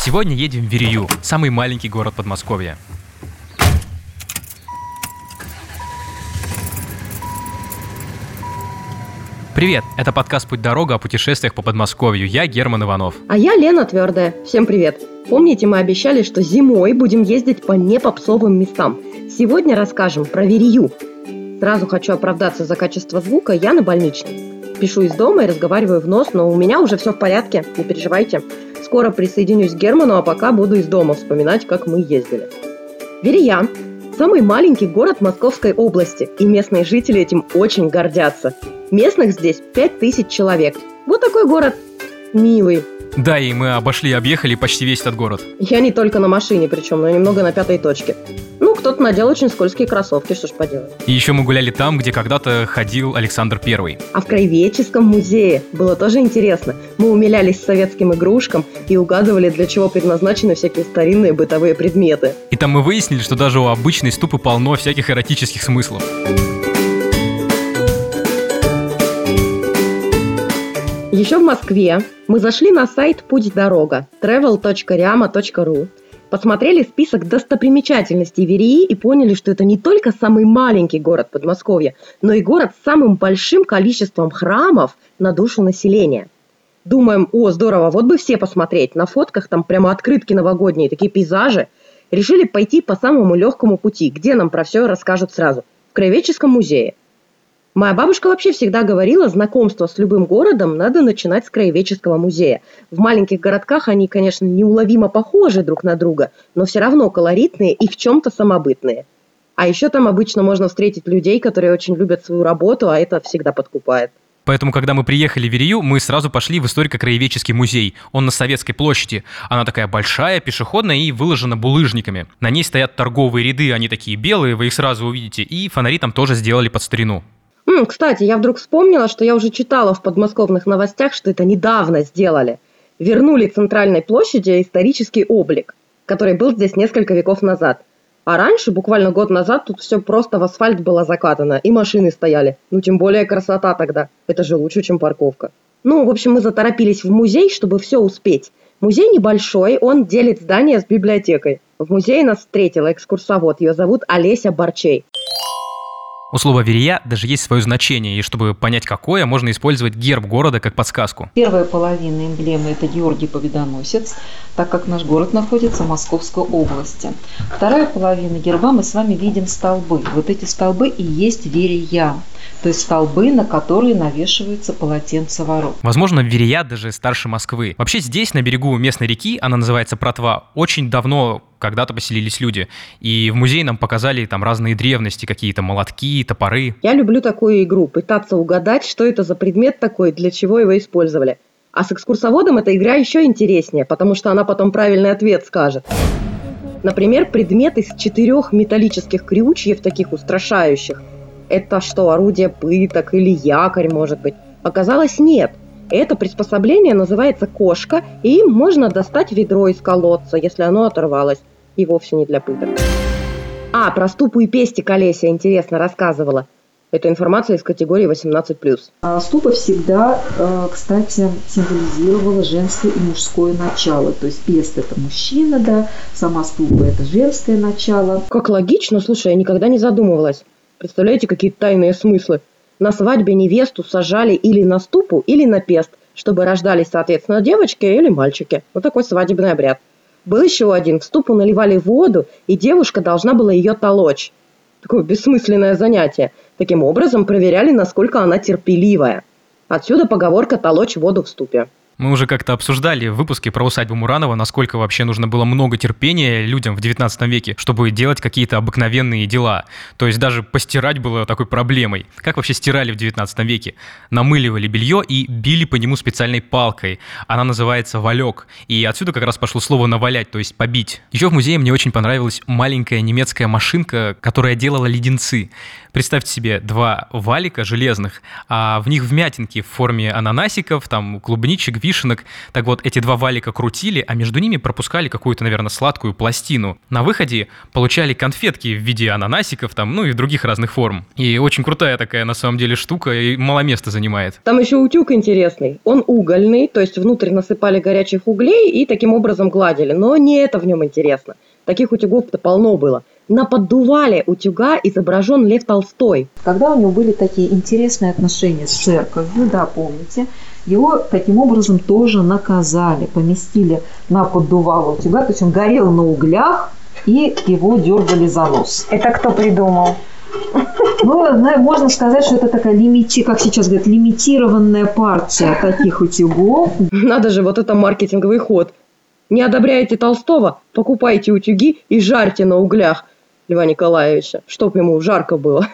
Сегодня едем в Верею, самый маленький город Подмосковья. Привет, это подкаст «Путь-дорога» о путешествиях по Подмосковью. Я Герман Иванов. А я Лена Твердая. Всем привет. Помните, мы обещали, что зимой будем ездить по непопсовым местам. Сегодня расскажем про Верею. Сразу хочу оправдаться за качество звука, я на больничном. Пишу из дома и разговариваю в нос, но у меня уже все в порядке, не переживайте. Скоро присоединюсь к Герману, а пока буду из дома вспоминать, как мы ездили. Верея – самый маленький город Московской области, и местные жители этим очень гордятся. Местных здесь 5000 человек. Вот такой город. Милый. Да, и мы объехали почти весь этот город. Я не только на машине, причем, но немного на 5-й точке. Кто-то надел очень скользкие кроссовки, что ж поделать. И еще мы гуляли там, где когда-то ходил Александр I. А в Краеведческом музее было тоже интересно. Мы умилялись советским игрушкам и угадывали, для чего предназначены всякие старинные бытовые предметы. И там мы выяснили, что даже у обычной ступы полно всяких эротических смыслов. Еще в Москве мы зашли на сайт «Путь-дорога» travel.riama.ru, посмотрели список достопримечательностей Вереи и поняли, что это не только самый маленький город Подмосковья, но и город с самым большим количеством храмов на душу населения. Думаем, здорово, вот бы все посмотреть, на фотках там прямо открытки новогодние, такие пейзажи. Решили пойти по самому легкому пути, где нам про все расскажут сразу, в Краеведческом музее. Моя бабушка вообще всегда говорила, знакомство с любым городом надо начинать с Краеведческого музея. В маленьких городках они, конечно, неуловимо похожи друг на друга, но все равно колоритные и в чем-то самобытные. А еще там обычно можно встретить людей, которые очень любят свою работу, а это всегда подкупает. Поэтому, когда мы приехали в Верею, мы сразу пошли в историко-краеведческий музей. Он на Советской площади. Она такая большая, пешеходная и выложена булыжниками. На ней стоят торговые ряды, они такие белые, вы их сразу увидите. И фонари там тоже сделали под старину. Кстати, я вдруг вспомнила, что я уже читала в подмосковных новостях, что это недавно сделали. Вернули центральной площади исторический облик, который был здесь несколько веков назад. А раньше, буквально год назад, тут все просто в асфальт было закатано, и машины стояли. Тем более красота тогда. Это же лучше, чем парковка. В общем, мы заторопились в музей, чтобы все успеть. Музей небольшой, он делит здание с библиотекой. В музее нас встретила экскурсовод, ее зовут Олеся Барчей. У слова «Верея» даже есть свое значение, и чтобы понять какое, можно использовать герб города как подсказку. Первая половина эмблемы – это Георгий Победоносец, так как наш город находится в Московской области. Вторая половина герба мы с вами видим столбы. Вот эти столбы и есть Верея, то есть столбы, на которые навешиваются полотенца ворот. Возможно, Верея даже старше Москвы. Вообще здесь, на берегу местной реки, она называется Протва, очень давно когда-то поселились люди. И в музее нам показали там разные древности, какие-то молотки, топоры. Я люблю такую игру, пытаться угадать, что это за предмет такой, для чего его использовали. А с экскурсоводом эта игра еще интереснее, потому что она потом правильный ответ скажет. Например, предмет из 4 металлических крючьев, таких устрашающих. Это что, орудие пыток или якорь, может быть? Оказалось, нет. Это приспособление называется кошка, и им можно достать ведро из колодца, если оно оторвалось, и вовсе не для пыток. Про ступу и пестик Олеся интересно рассказывала. Это информация из категории 18+. Ступа всегда, кстати, символизировала женское и мужское начало. То есть пест – это мужчина, да, сама ступа – это женское начало. Как логично, слушай, я никогда не задумывалась. Представляете, какие тайные смыслы? На свадьбе невесту сажали или на ступу, или на пест, чтобы рождались, соответственно, девочки или мальчики. Вот такой свадебный обряд. Был еще один. В ступу наливали воду, и девушка должна была ее толочь. Такое бессмысленное занятие. Таким образом проверяли, насколько она терпеливая. Отсюда поговорка «толочь воду в ступе». Мы уже как-то обсуждали в выпуске про усадьбу Муранова, насколько вообще нужно было много терпения людям в 19 веке, чтобы делать какие-то обыкновенные дела. То есть даже постирать было такой проблемой. Как вообще стирали в 19 веке? Намыливали белье и били по нему специальной палкой. Она называется валек. И отсюда как раз пошло слово «навалять», то есть побить. Еще в музее мне очень понравилась маленькая немецкая машинка, которая делала леденцы. Представьте себе 2 валика железных, а в них вмятинки в форме ананасиков, там клубничек, вишенок. Так вот, эти два валика крутили, а между ними пропускали какую-то, наверное, сладкую пластину. На выходе получали конфетки в виде ананасиков, там, ну и других разных форм. И очень крутая такая, на самом деле, штука, и мало места занимает. Там еще утюг интересный. Он угольный, то есть внутрь насыпали горячих углей и таким образом гладили. Но не это в нем интересно. Таких утюгов-то полно было. На поддувале утюга изображен Лев Толстой. Когда у него были такие интересные отношения с церковью, да, помните, его таким образом тоже наказали, поместили на поддувало утюга, то есть он горел на углях, и его дергали за нос. Это кто придумал? Ну, можно сказать, что это такая как сейчас говорят, лимитированная партия таких утюгов. Надо же, вот это маркетинговый ход. Не одобряете Толстого? Покупайте утюги и жарьте на углях Льва Николаевича, чтоб ему жарко было.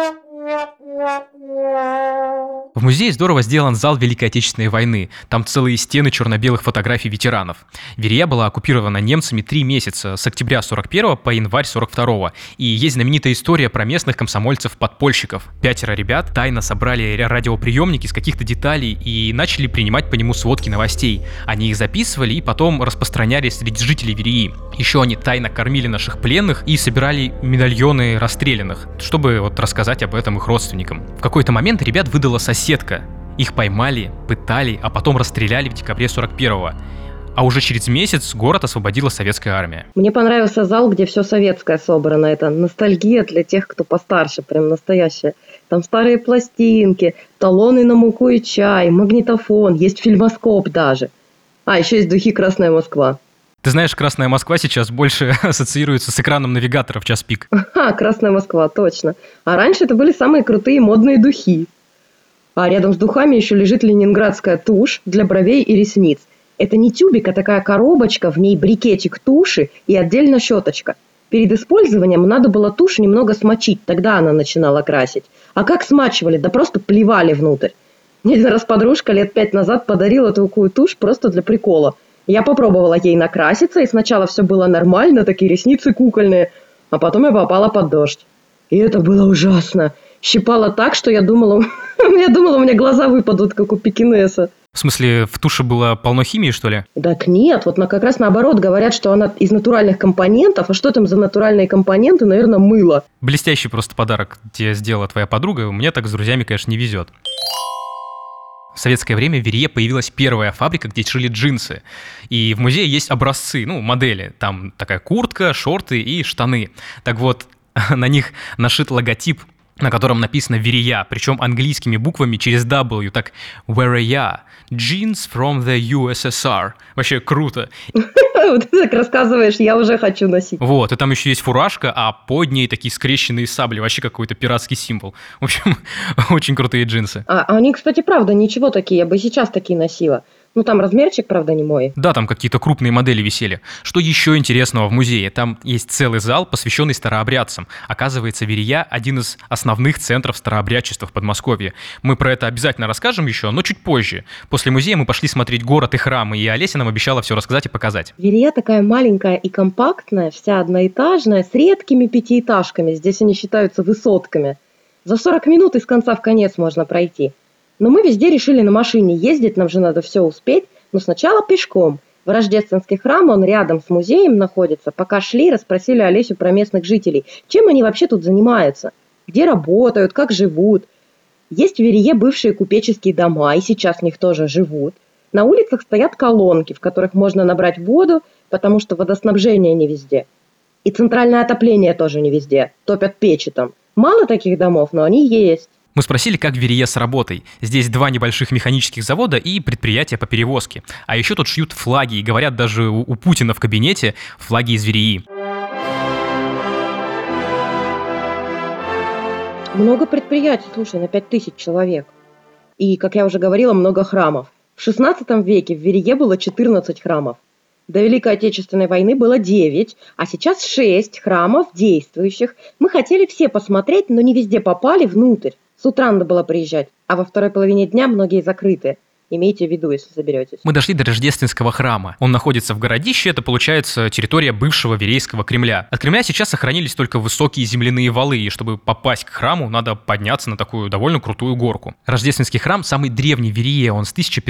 В музее здорово сделан зал Великой Отечественной войны. Там целые стены черно-белых фотографий ветеранов. Верия была оккупирована немцами 3 месяца, с октября 41 по январь 42. И есть знаменитая история про местных комсомольцев-подпольщиков. 5 ребят тайно собрали радиоприемники с каких-то деталей и начали принимать по нему сводки новостей. Они их записывали и потом распространяли среди жителей Верии. Еще они тайно кормили наших пленных и собирали медальоны расстрелянных, чтобы вот рассказать об этом их родственникам. В какой-то момент ребят выдала соседка. Их поймали, пытали, а потом расстреляли в декабре 41-го. А уже через месяц город освободила советская армия. Мне понравился зал, где все советское собрано. Это ностальгия для тех, кто постарше, прям настоящая. Там старые пластинки, талоны на муку и чай, магнитофон, есть фильмоскоп даже. А, еще есть духи «Красная Москва». Ты знаешь, Красная Москва сейчас больше ассоциируется с экраном навигатора в час пик. Красная Москва, точно. А раньше это были самые крутые модные духи. А рядом с духами еще лежит ленинградская тушь для бровей и ресниц. Это не тюбик, а такая коробочка, в ней брикетик туши и отдельно щеточка. Перед использованием надо было тушь немного смочить, тогда она начинала красить. А как смачивали? Да просто плевали внутрь. Мне один раз подружка лет 5 назад подарила такую тушь просто для прикола. Я попробовала ей накраситься, и сначала все было нормально, такие ресницы кукольные, а потом я попала под дождь. И это было ужасно. Щипало так, что я думала, у меня глаза выпадут, как у пекинеса. В смысле, в туше было полно химии, что ли? Так нет, вот как раз наоборот, говорят, что она из натуральных компонентов, а что там за натуральные компоненты, наверное, мыло. Блестящий просто подарок тебе сделала твоя подруга, мне так с друзьями, конечно, не везет. В советское время в Верье появилась первая фабрика, где шили джинсы. И в музее есть образцы, модели. Там такая куртка, шорты и штаны. Так вот, на них нашит логотип, на котором написано «Верия», причем английскими буквами через W, так «Верия», «Jeans from the USSR». Вообще круто. Вот ты так рассказываешь, я уже хочу носить. Вот, и там еще есть фуражка, а под ней такие скрещенные сабли, вообще какой-то пиратский символ. В общем, очень крутые джинсы. Они, кстати, правда, ничего такие, я бы сейчас такие носила. Там размерчик, правда, не мой. Да, там какие-то крупные модели висели. Что еще интересного в музее? Там есть целый зал, посвященный старообрядцам. Оказывается, Верия – один из основных центров старообрядчества в Подмосковье. Мы про это обязательно расскажем еще, но чуть позже. После музея мы пошли смотреть город и храмы, и Олеся нам обещала все рассказать и показать. Верия такая маленькая и компактная, вся одноэтажная, с редкими пятиэтажками. Здесь они считаются высотками. За 40 минут из конца в конец можно пройти. Но мы везде решили на машине ездить, нам же надо все успеть, но сначала пешком. В Рождественский храм, он рядом с музеем находится. Пока шли, расспросили Олесю про местных жителей. Чем они вообще тут занимаются? Где работают, как живут? Есть в Верие бывшие купеческие дома, и сейчас в них тоже живут. На улицах стоят колонки, в которых можно набрать воду, потому что водоснабжение не везде. И центральное отопление тоже не везде. Топят печи там. Мало таких домов, но они есть. Мы спросили, как в Верие с работой. Здесь 2 небольших механических завода и предприятия по перевозке. А еще тут шьют флаги, и говорят, даже у Путина в кабинете флаги из Верии. Много предприятий, слушай, на 5000 человек. И, как я уже говорила, много храмов. В 16 веке в Верие было 14 храмов. До Великой Отечественной войны было 9, а сейчас 6 храмов действующих. Мы хотели все посмотреть, но не везде попали внутрь. С утра надо было приезжать, а во второй половине дня многие закрыты. Имейте в виду, если соберетесь. Мы дошли до Рождественского храма. Он находится в городище, это, получается, территория бывшего Верейского Кремля. От Кремля сейчас сохранились только высокие земляные валы, и чтобы попасть к храму, надо подняться на такую довольно крутую горку. Рождественский храм самый древний в Верее, он с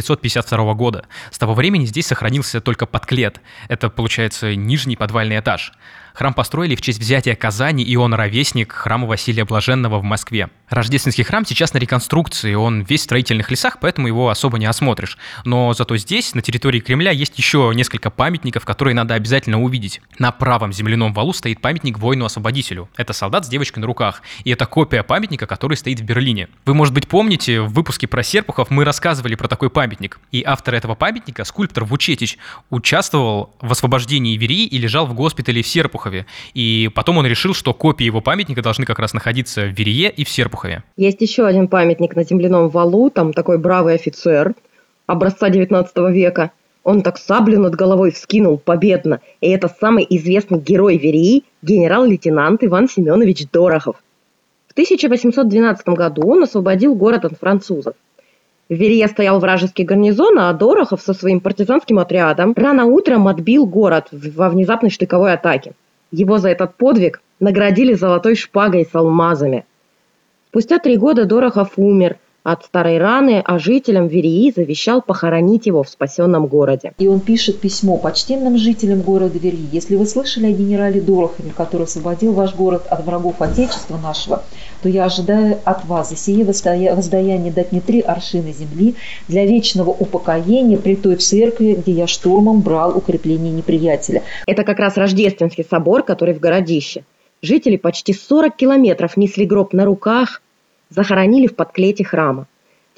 1552 года. С того времени здесь сохранился только подклет. Это, получается, нижний подвальный этаж. Храм построили в честь взятия Казани, и он ровесник храма Василия Блаженного в Москве. Рождественский храм сейчас на реконструкции, он весь в строительных лесах, поэтому его особо не осмотришь. Но зато здесь, на территории Кремля, есть еще несколько памятников, которые надо обязательно увидеть. На правом земляном валу стоит памятник воину-освободителю. Это солдат с девочкой на руках. И это копия памятника, который стоит в Берлине. Вы, может быть, помните, в выпуске про Серпухов мы рассказывали про такой памятник. И автор этого памятника, скульптор Вучетич, участвовал в освобождении Вереи и лежал в госпитале в Серпухове. И потом он решил, что копии его памятника должны как раз находиться в Верее и в Серпухове. Есть еще один памятник на земляном валу, там такой бравый офицер образца 19 века. Он так саблю над головой вскинул победно. И это самый известный герой Вереи, генерал-лейтенант Иван Семенович Дорохов. В 1812 году он освободил город от французов. В Верее стоял вражеский гарнизон, а Дорохов со своим партизанским отрядом рано утром отбил город во внезапной штыковой атаке. Его за этот подвиг наградили золотой шпагой с алмазами. Спустя 3 года Дорохов умер от старой раны, а жителям Вереи завещал похоронить его в спасенном городе. И он пишет письмо почтенным жителям города Вереи. Если вы слышали о генерале Дорохове, который освободил ваш город от врагов Отечества нашего, то я ожидаю от вас за сие воздаяние дать мне 3 аршина земли для вечного упокоения при той церкви, где я штурмом брал укрепление неприятеля. Это как раз Рождественский собор, который в городище. Жители почти 40 километров несли гроб на руках, захоронили в подклете храма. В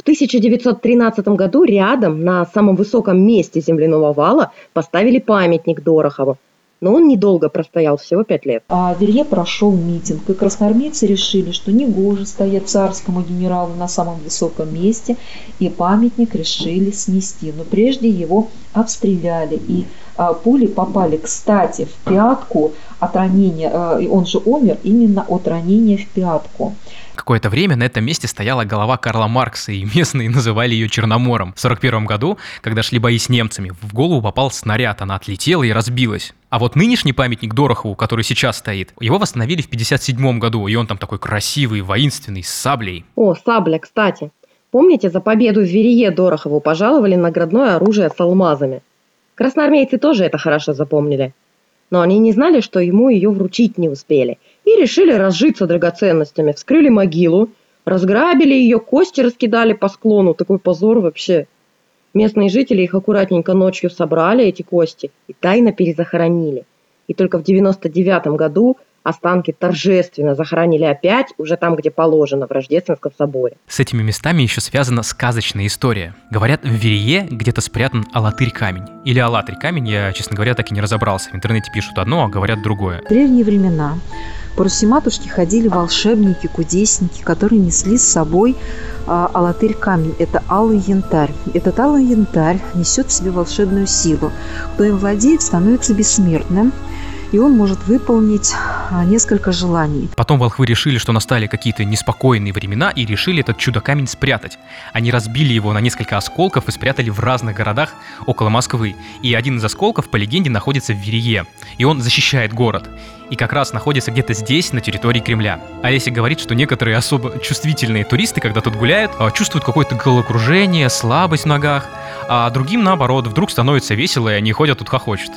1913 году рядом, на самом высоком месте земляного вала, поставили памятник Дорохову. Но он недолго простоял, всего 5 лет. А в Верее прошел митинг, и красноармейцы решили, что негоже стоять царскому генералу на самом высоком месте, и памятник решили снести. Но прежде его обстреляли, и пули попали, кстати, в пятку от ранения, он же умер именно от ранения в пятку. Какое-то время на этом месте стояла голова Карла Маркса, и местные называли ее Черномором. В 1941 году, когда шли бои с немцами, в голову попал снаряд, она отлетела и разбилась. А вот нынешний памятник Дорохову, который сейчас стоит, его восстановили в 1957 году, и он там такой красивый, воинственный, с саблей. О, сабля, кстати. Помните, за победу в Верее Дорохову пожаловали наградное оружие с алмазами? Красноармейцы тоже это хорошо запомнили. Но они не знали, что ему ее вручить не успели. И решили разжиться драгоценностями. Вскрыли могилу, разграбили ее, кости раскидали по склону. Такой позор вообще. Местные жители их аккуратненько ночью собрали, эти кости, и тайно перезахоронили. И только в 1999 году останки торжественно захоронили опять, уже там, где положено, в Рождественском соборе. С этими местами еще связана сказочная история. Говорят, в Верее где-то спрятан Алатырь камень. Или Алатырь камень, я, честно говоря, так и не разобрался. В интернете пишут одно, а говорят другое. В древние времена по Руси-матушке ходили волшебники, кудесники, которые несли с собой Алатырь камень. Это алый янтарь. Этот алый янтарь несет в себе волшебную силу. Кто им владеет, становится бессмертным. И он может выполнить несколько желаний. Потом волхвы решили, что настали какие-то неспокойные времена, и решили этот чудо-камень спрятать. Они разбили его на несколько осколков и спрятали в разных городах около Москвы. И один из осколков, по легенде, находится в Верее. И он защищает город. И как раз находится где-то здесь, на территории Кремля. Олеся говорит, что некоторые особо чувствительные туристы, когда тут гуляют, чувствуют какое-то головокружение, слабость в ногах, а другим, наоборот, вдруг становится весело, и они ходят тут хохочут.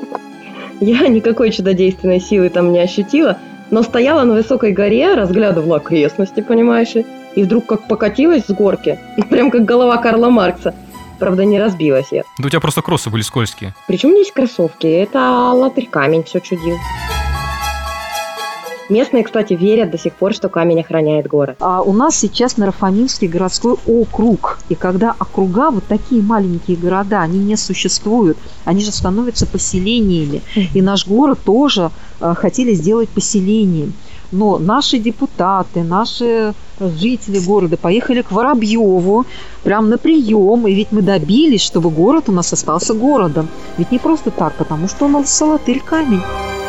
Я никакой чудодейственной силы там не ощутила, но стояла на высокой горе, разглядывала окрестности, понимаешь, и вдруг как покатилась с горки, прям как голова Карла Маркса. Правда, не разбилась я. Да у тебя просто кроссы были скользкие. Причем здесь кроссовки? Это Алатырь камень все чудил. Местные, кстати, верят до сих пор, что камень охраняет город. А у нас сейчас Наро-Фоминский городской округ. И когда округа, вот такие маленькие города, они не существуют, они же становятся поселениями. И наш город тоже хотели сделать поселением. Но наши депутаты, наши жители города поехали к Воробьеву прям на прием. И ведь мы добились, чтобы город у нас остался городом. Ведь не просто так, потому что у нас Алатырь камень.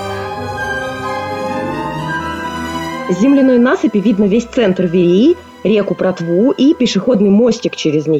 С земляной насыпи видно весь центр Вереи, реку Протву и пешеходный мостик через нее.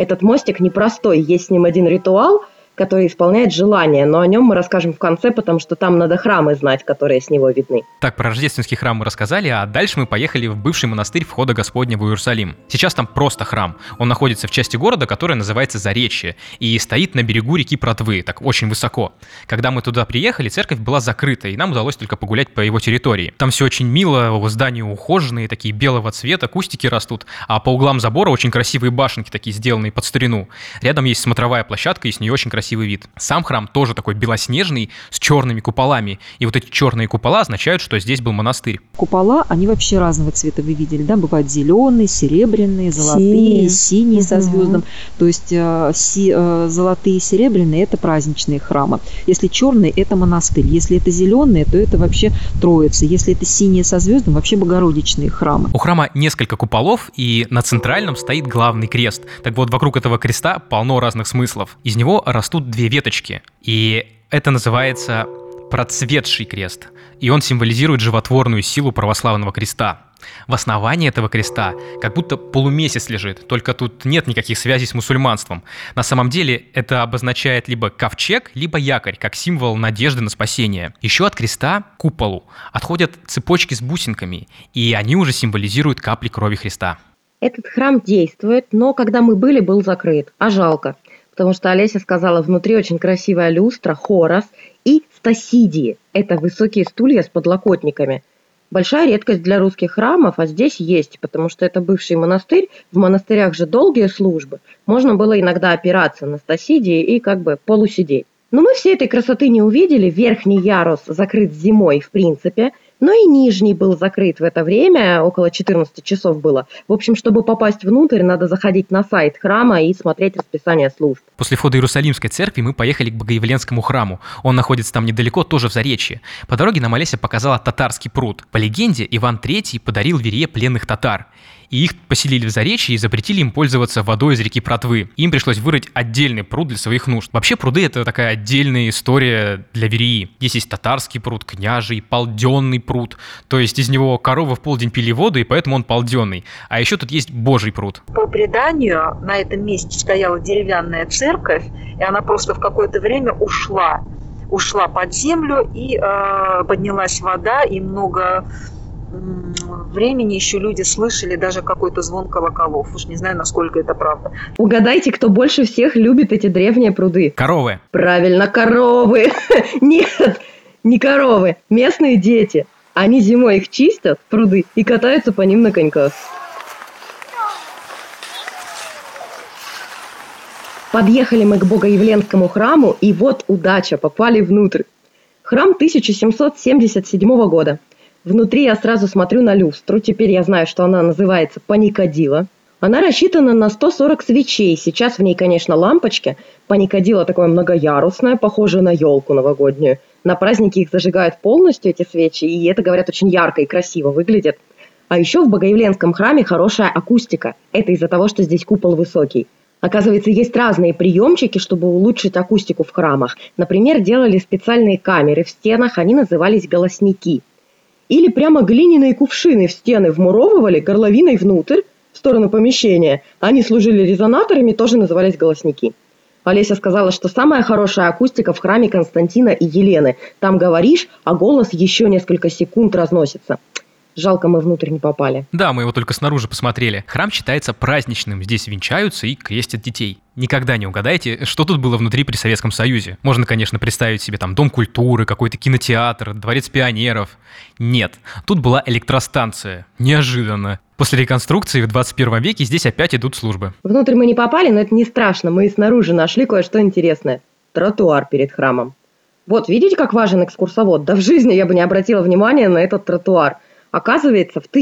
Этот мостик непростой, есть с ним один ритуал, который исполняет желание, но о нем мы расскажем в конце, потому что там надо храмы знать, которые с него видны. Так, про рождественский храм мы рассказали, а дальше мы поехали в бывший монастырь Входа Господня в Иерусалим. Сейчас там просто храм. Он находится в части города, которая называется Заречье, и стоит на берегу реки Протвы, так очень высоко. Когда мы туда приехали, церковь была закрыта, и нам удалось только погулять по его территории. Там все очень мило, здания ухоженные, такие белого цвета, кустики растут, а по углам забора очень красивые башенки, такие сделанные под старину. Рядом есть смотровая площадка, и с нее очень красивый вид. Сам храм тоже такой белоснежный, с черными куполами. И вот эти черные купола означают, что здесь был монастырь. Купола, они вообще разного цвета, вы видели, да? Бывают зеленые, серебряные, золотые, синие со звездом. То есть золотые и серебряные – это праздничные храмы. Если черные – это монастырь. Если это зеленые, то это вообще Троица. Если это синие со звездом, вообще Богородичные храмы. У храма несколько куполов, и на центральном стоит главный крест. Так вот, вокруг этого креста полно разных смыслов. Из него растут две веточки, и это называется процветший крест, и он символизирует животворную силу православного креста. В основании этого креста как будто полумесяц лежит, только тут нет никаких связей с мусульманством. На самом деле это обозначает либо ковчег, либо якорь, как символ надежды на спасение. Еще от креста к куполу отходят цепочки с бусинками, и они уже символизируют капли крови Христа. Этот храм действует, но когда мы были, был закрыт. А жалко, потому что Олеся сказала, внутри очень красивая люстра, хорос и стасидии. Это высокие стулья с подлокотниками. Большая редкость для русских храмов, а здесь есть, потому что это бывший монастырь. В монастырях же долгие службы. Можно было иногда опираться на стасидии и как бы полусидеть. Но мы всей этой красоты не увидели. Верхний ярус закрыт зимой в принципе, но и нижний был закрыт в это время, около 14 часов было. В общем, чтобы попасть внутрь, надо заходить на сайт храма и смотреть расписание служб. После входа Иерусалимской церкви мы поехали к Богоявленскому храму. Он находится там недалеко, тоже в Заречье. По дороге нам Олеся показала татарский пруд. По легенде, Иван III подарил Верее пленных татар. И их поселили в Заречье и запретили им пользоваться водой из реки Протвы. Им пришлось вырыть отдельный пруд для своих нужд. Вообще пруды — это такая отдельная история для Вереи. Здесь есть татарский пруд, княжий, полденный пруд. То есть из него коровы в полдень пили воду, и поэтому он полденный. А еще тут есть Божий пруд. По преданию, на этом месте стояла деревянная церковь, и она просто в какое-то время ушла под землю, и поднялась вода, и много времени еще люди слышали даже какой-то звон колоколов. Уж не знаю, насколько это правда. Угадайте, кто больше всех любит эти древние пруды? Коровы. Правильно, коровы. Нет, не коровы, местные дети. Они зимой их чистят, пруды, и катаются по ним на коньках. Подъехали мы к Богоявленскому храму, и вот удача, попали внутрь. Храм 1777 года. Внутри я сразу смотрю на люстру, теперь я знаю, что она называется паникадило. Она рассчитана на 140 свечей, сейчас в ней, конечно, лампочки. Паникадило такое многоярусное, похожее на елку новогоднюю. На праздники их зажигают полностью, эти свечи, и это, говорят, очень ярко и красиво выглядит. А еще в Богоявленском храме хорошая акустика. Это из-за того, что здесь купол высокий. Оказывается, есть разные приемчики, чтобы улучшить акустику в храмах. Например, делали специальные камеры в стенах, они назывались голосники. Или прямо глиняные кувшины в стены вмуровывали горловиной внутрь, в сторону помещения. Они служили резонаторами, тоже назывались голосники. Олеся сказала, что самая хорошая акустика в храме Константина и Елены. Там говоришь, а голос еще несколько секунд разносится. Жалко, мы внутрь не попали. Да, мы его только снаружи посмотрели. Храм считается праздничным, здесь венчаются и крестят детей. Никогда не угадайте, что тут было внутри при Советском Союзе. Можно, конечно, представить себе там Дом культуры, какой-то кинотеатр, Дворец пионеров. Нет, тут была электростанция. Неожиданно. После реконструкции в 21 веке здесь опять идут службы. Внутрь мы не попали, но это не страшно. Мы и снаружи нашли кое-что интересное. Тротуар перед храмом. Вот, видите, как важен экскурсовод? Да в жизни я бы не обратила внимания на этот тротуар. Оказывается, в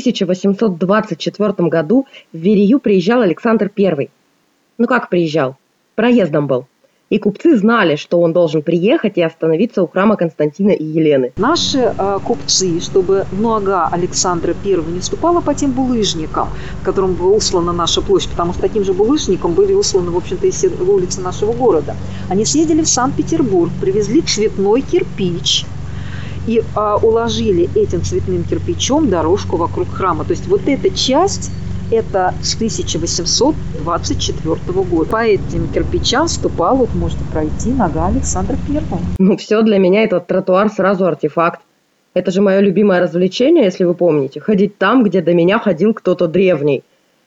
1824 году в Верею приезжал Александр I. Ну как приезжал? Проездом был. И купцы знали, что он должен приехать и остановиться у храма Константина и Елены. Наши купцы, чтобы нога Александра I не ступала по тем булыжникам, которым была услана наша площадь, потому что таким же булыжником были усланы, в общем-то, и все улицы нашего города, они съездили в Санкт-Петербург, привезли цветной кирпич и уложили этим цветным кирпичом дорожку вокруг храма. То есть вот эта часть Это с 1824 года. По этим кирпичам ступал, вот можете пройти, нога Александра Первого. Ну все, для меня этот тротуар сразу артефакт. Это же мое любимое развлечение, если вы помните. Ходить там, где до меня ходил кто-то древний.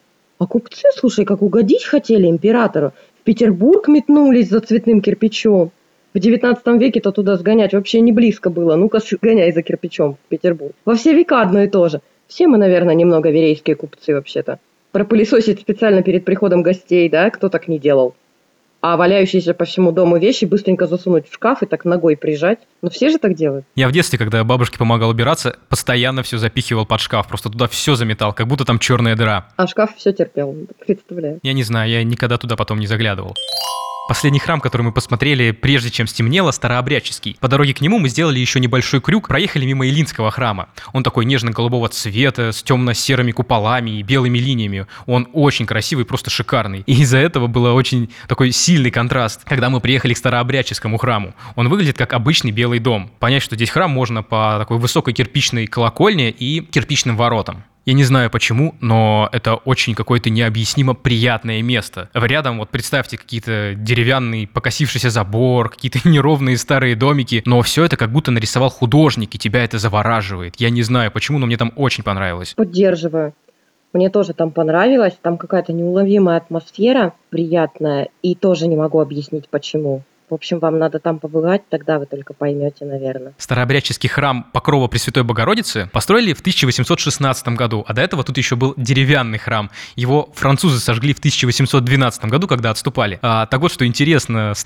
А купцы, слушай, как угодить хотели императору. В Петербург метнулись за цветным кирпичом. В 19 веке-то туда сгонять вообще не близко было. Ну-ка, сгоняй за кирпичом в Петербург. Во все века одно и то же. Все мы, наверное, немного верейские купцы вообще-то. Пропылесосить специально перед приходом гостей, да? Кто так не делал? А валяющиеся по всему дому вещи быстренько засунуть в шкаф и так ногой прижать. Ну все же так делают. Я в детстве, когда бабушке помогал убираться, постоянно все запихивал под шкаф, просто туда все заметал, как будто там черная дыра. А шкаф все терпел, представляю. Я не знаю, я никогда туда потом не заглядывал. Последний храм, который мы посмотрели, прежде чем стемнело, старообрядческий. По дороге к нему мы сделали еще небольшой крюк, проехали мимо Илинского храма. Он такой нежно-голубого цвета, с темно-серыми куполами и белыми линиями. Он очень красивый, просто шикарный. И из-за этого был очень такой сильный контраст, когда мы приехали к старообрядческому храму. Он выглядит как обычный белый дом. Понять, что здесь храм можно по такой высокой кирпичной колокольне и кирпичным воротам. Я не знаю почему, но это очень какое-то необъяснимо приятное место. Рядом, вот представьте, какие-то деревянный покосившийся забор, какие-то неровные старые домики, но все это как будто нарисовал художник, и тебя это завораживает. Я не знаю почему, но мне там очень понравилось. Поддерживаю. Мне тоже там понравилось. Там какая-то неуловимая атмосфера приятная, и тоже не могу объяснить почему. В общем, вам надо там побывать, тогда вы только поймете, наверное. Старообрядческий храм Покрова Пресвятой Богородицы построили в 1816 году, а до этого тут еще был деревянный храм. Его французы сожгли в 1812 году, когда отступали. Так вот, что интересно, с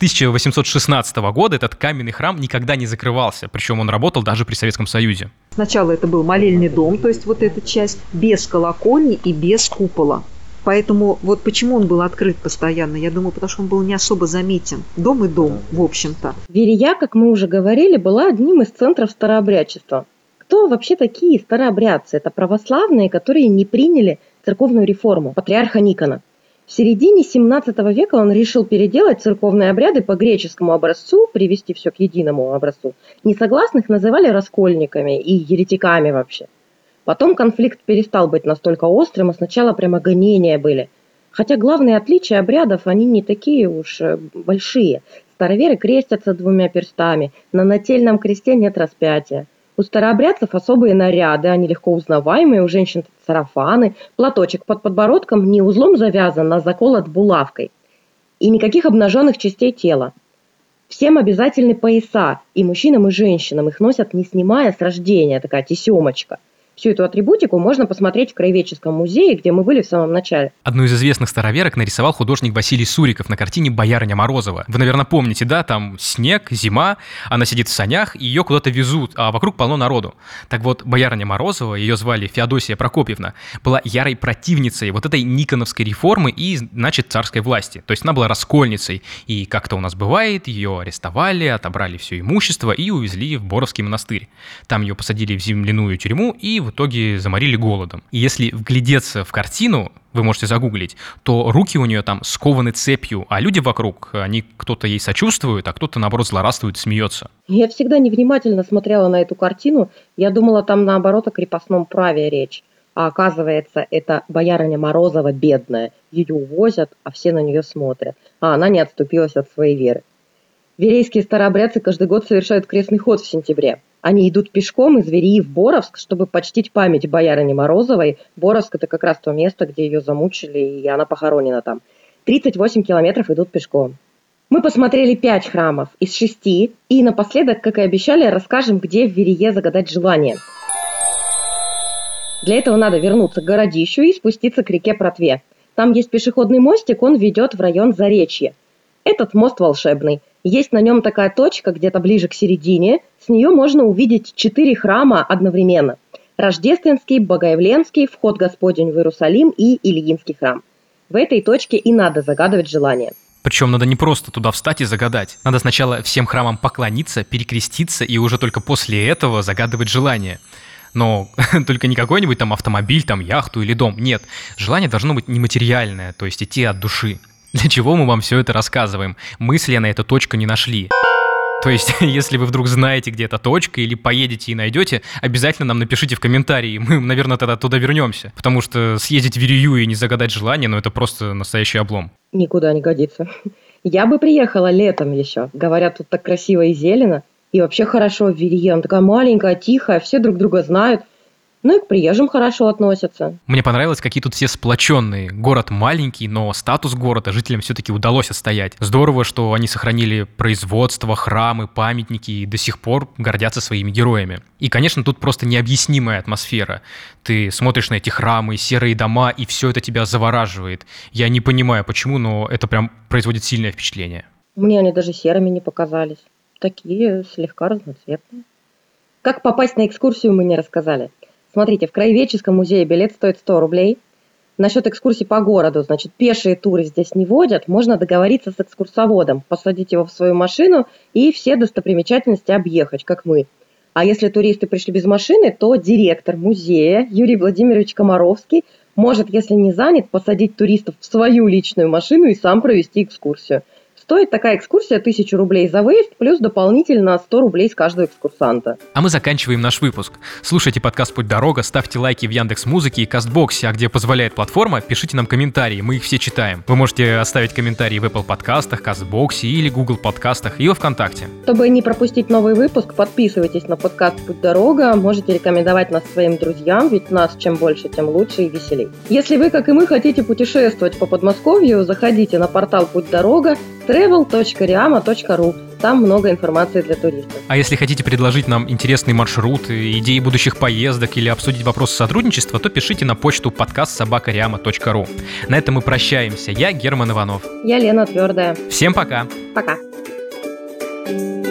1816 года этот каменный храм никогда не закрывался, причем он работал даже при Советском Союзе. Сначала это был молельный дом, то есть вот эта часть без колокольни и без купола. Поэтому вот почему он был открыт постоянно, я думаю, потому что он был не особо заметен. Дом и дом, в общем-то. Верия, как мы уже говорили, была одним из центров старообрядчества. Кто вообще такие старообрядцы? Это православные, которые не приняли церковную реформу патриарха Никона. В середине 17 века он решил переделать церковные обряды по греческому образцу, привести все к единому образцу. Несогласных называли раскольниками и еретиками вообще. Потом конфликт перестал быть настолько острым, а сначала прямо гонения были. Хотя главные отличия обрядов, они не такие уж большие. Староверы крестятся 2 перстами, на нательном кресте нет распятия. У старообрядцев особые наряды, они легко узнаваемые, у женщин сарафаны, платочек под подбородком не узлом завязан, а заколот булавкой. И никаких обнаженных частей тела. Всем обязательны пояса, и мужчинам, и женщинам. Их носят не снимая с рождения, такая тесемочка. Всю эту атрибутику можно посмотреть в Краеведческом музее, где мы были в самом начале. Одну из известных староверок нарисовал художник Василий Суриков на картине «Боярыня Морозова». Вы, наверное, помните, да? Там снег, зима, она сидит в санях, и ее куда-то везут, а вокруг полно народу. Так вот, боярыня Морозова, ее звали Феодосия Прокопьевна, была ярой противницей вот этой никоновской реформы и, значит, царской власти. То есть она была раскольницей, и как-то у нас бывает, ее арестовали, отобрали все имущество и увезли в Боровский монастырь. Там ее посадили в земляную тюрьму и в итоге заморили голодом. И если вглядеться в картину, вы можете загуглить, то руки у нее там скованы цепью, а люди вокруг, они кто-то ей сочувствует, а кто-то, наоборот, злорадствует, смеется. Я всегда невнимательно смотрела на эту картину. Я думала, там, наоборот, о крепостном праве речь. А оказывается, это боярыня Морозова бедная. Ее увозят, а все на нее смотрят. А она не отступилась от своей веры. Верейские старообрядцы каждый год совершают крестный ход в сентябре. Они идут пешком из Верии в Боровск, чтобы почтить память боярыни Морозовой. Боровск – это как раз то место, где ее замучили, и она похоронена там. 38 километров идут пешком. Мы посмотрели 5 храмов из 6, и напоследок, как и обещали, расскажем, где в Верие загадать желание. Для этого надо вернуться к городищу и спуститься к реке Протве. Там есть пешеходный мостик, он ведет в район Заречье. Этот мост волшебный. Есть на нем такая точка, где-то ближе к середине. С нее можно увидеть 4 храма одновременно. Рождественский, Богоявленский, Вход Господень в Иерусалим и Ильинский храм. В этой точке и надо загадывать желание. Причем надо не просто туда встать и загадать. Надо сначала всем храмам поклониться, перекреститься и уже только после этого загадывать желание. Но только не какой-нибудь там автомобиль, там яхту или дом. Нет, желание должно быть нематериальное, то есть идти от души. Для чего мы вам все это рассказываем? Мы с Леной эту точку не нашли. То есть, если вы вдруг знаете, где эта точка, или поедете и найдете, обязательно нам напишите в комментарии. Мы, наверное, тогда туда вернемся. Потому что съездить в Верею и не загадать желание, это просто настоящий облом. Никуда не годится. Я бы приехала летом еще. Говорят, тут так красиво и зелено. И вообще хорошо в Верее. Она такая маленькая, тихая, все друг друга знают. Ну и к приезжим хорошо относятся. Мне понравилось, какие тут все сплоченные. Город маленький, но статус города жителям все-таки удалось отстоять. Здорово, что они сохранили производство, храмы, памятники и до сих пор гордятся своими героями. И, конечно, тут просто необъяснимая атмосфера. Ты смотришь на эти храмы, серые дома, и все это тебя завораживает. Я не понимаю, почему, но это прям производит сильное впечатление. Мне они даже серыми не показались. Такие слегка разноцветные. Как попасть на экскурсию, мы не рассказали. Смотрите, в Краеведческом музее билет стоит 100 рублей. Насчет экскурсий по городу, значит, пешие туры здесь не водят. Можно договориться с экскурсоводом, посадить его в свою машину и все достопримечательности объехать, как мы. А если туристы пришли без машины, то директор музея Юрий Владимирович Комаровский может, если не занят, посадить туристов в свою личную машину и сам провести экскурсию. Стоит такая экскурсия 1000 рублей за выезд, плюс дополнительно 100 рублей с каждого экскурсанта. А мы заканчиваем наш выпуск. Слушайте подкаст «Путь-дорога», ставьте лайки в Яндекс.Музыке и Кастбоксе, а где позволяет платформа, пишите нам комментарии, мы их все читаем. Вы можете оставить комментарии в Apple подкастах, Кастбоксе или Google подкастах и во ВКонтакте. Чтобы не пропустить новый выпуск, подписывайтесь на подкаст «Путь-дорога», можете рекомендовать нас своим друзьям, ведь нас чем больше, тем лучше и веселей. Если вы, как и мы, хотите путешествовать по Подмосковью, заходите на портал «Путь-дорога», travel.riama.ru. Там много информации для туристов. А если хотите предложить нам интересный маршрут, идеи будущих поездок или обсудить вопросы сотрудничества, то пишите на почту podcast@riama.ru. На этом мы прощаемся. Я Герман Иванов. Я Лена Твердая. Всем пока. Пока.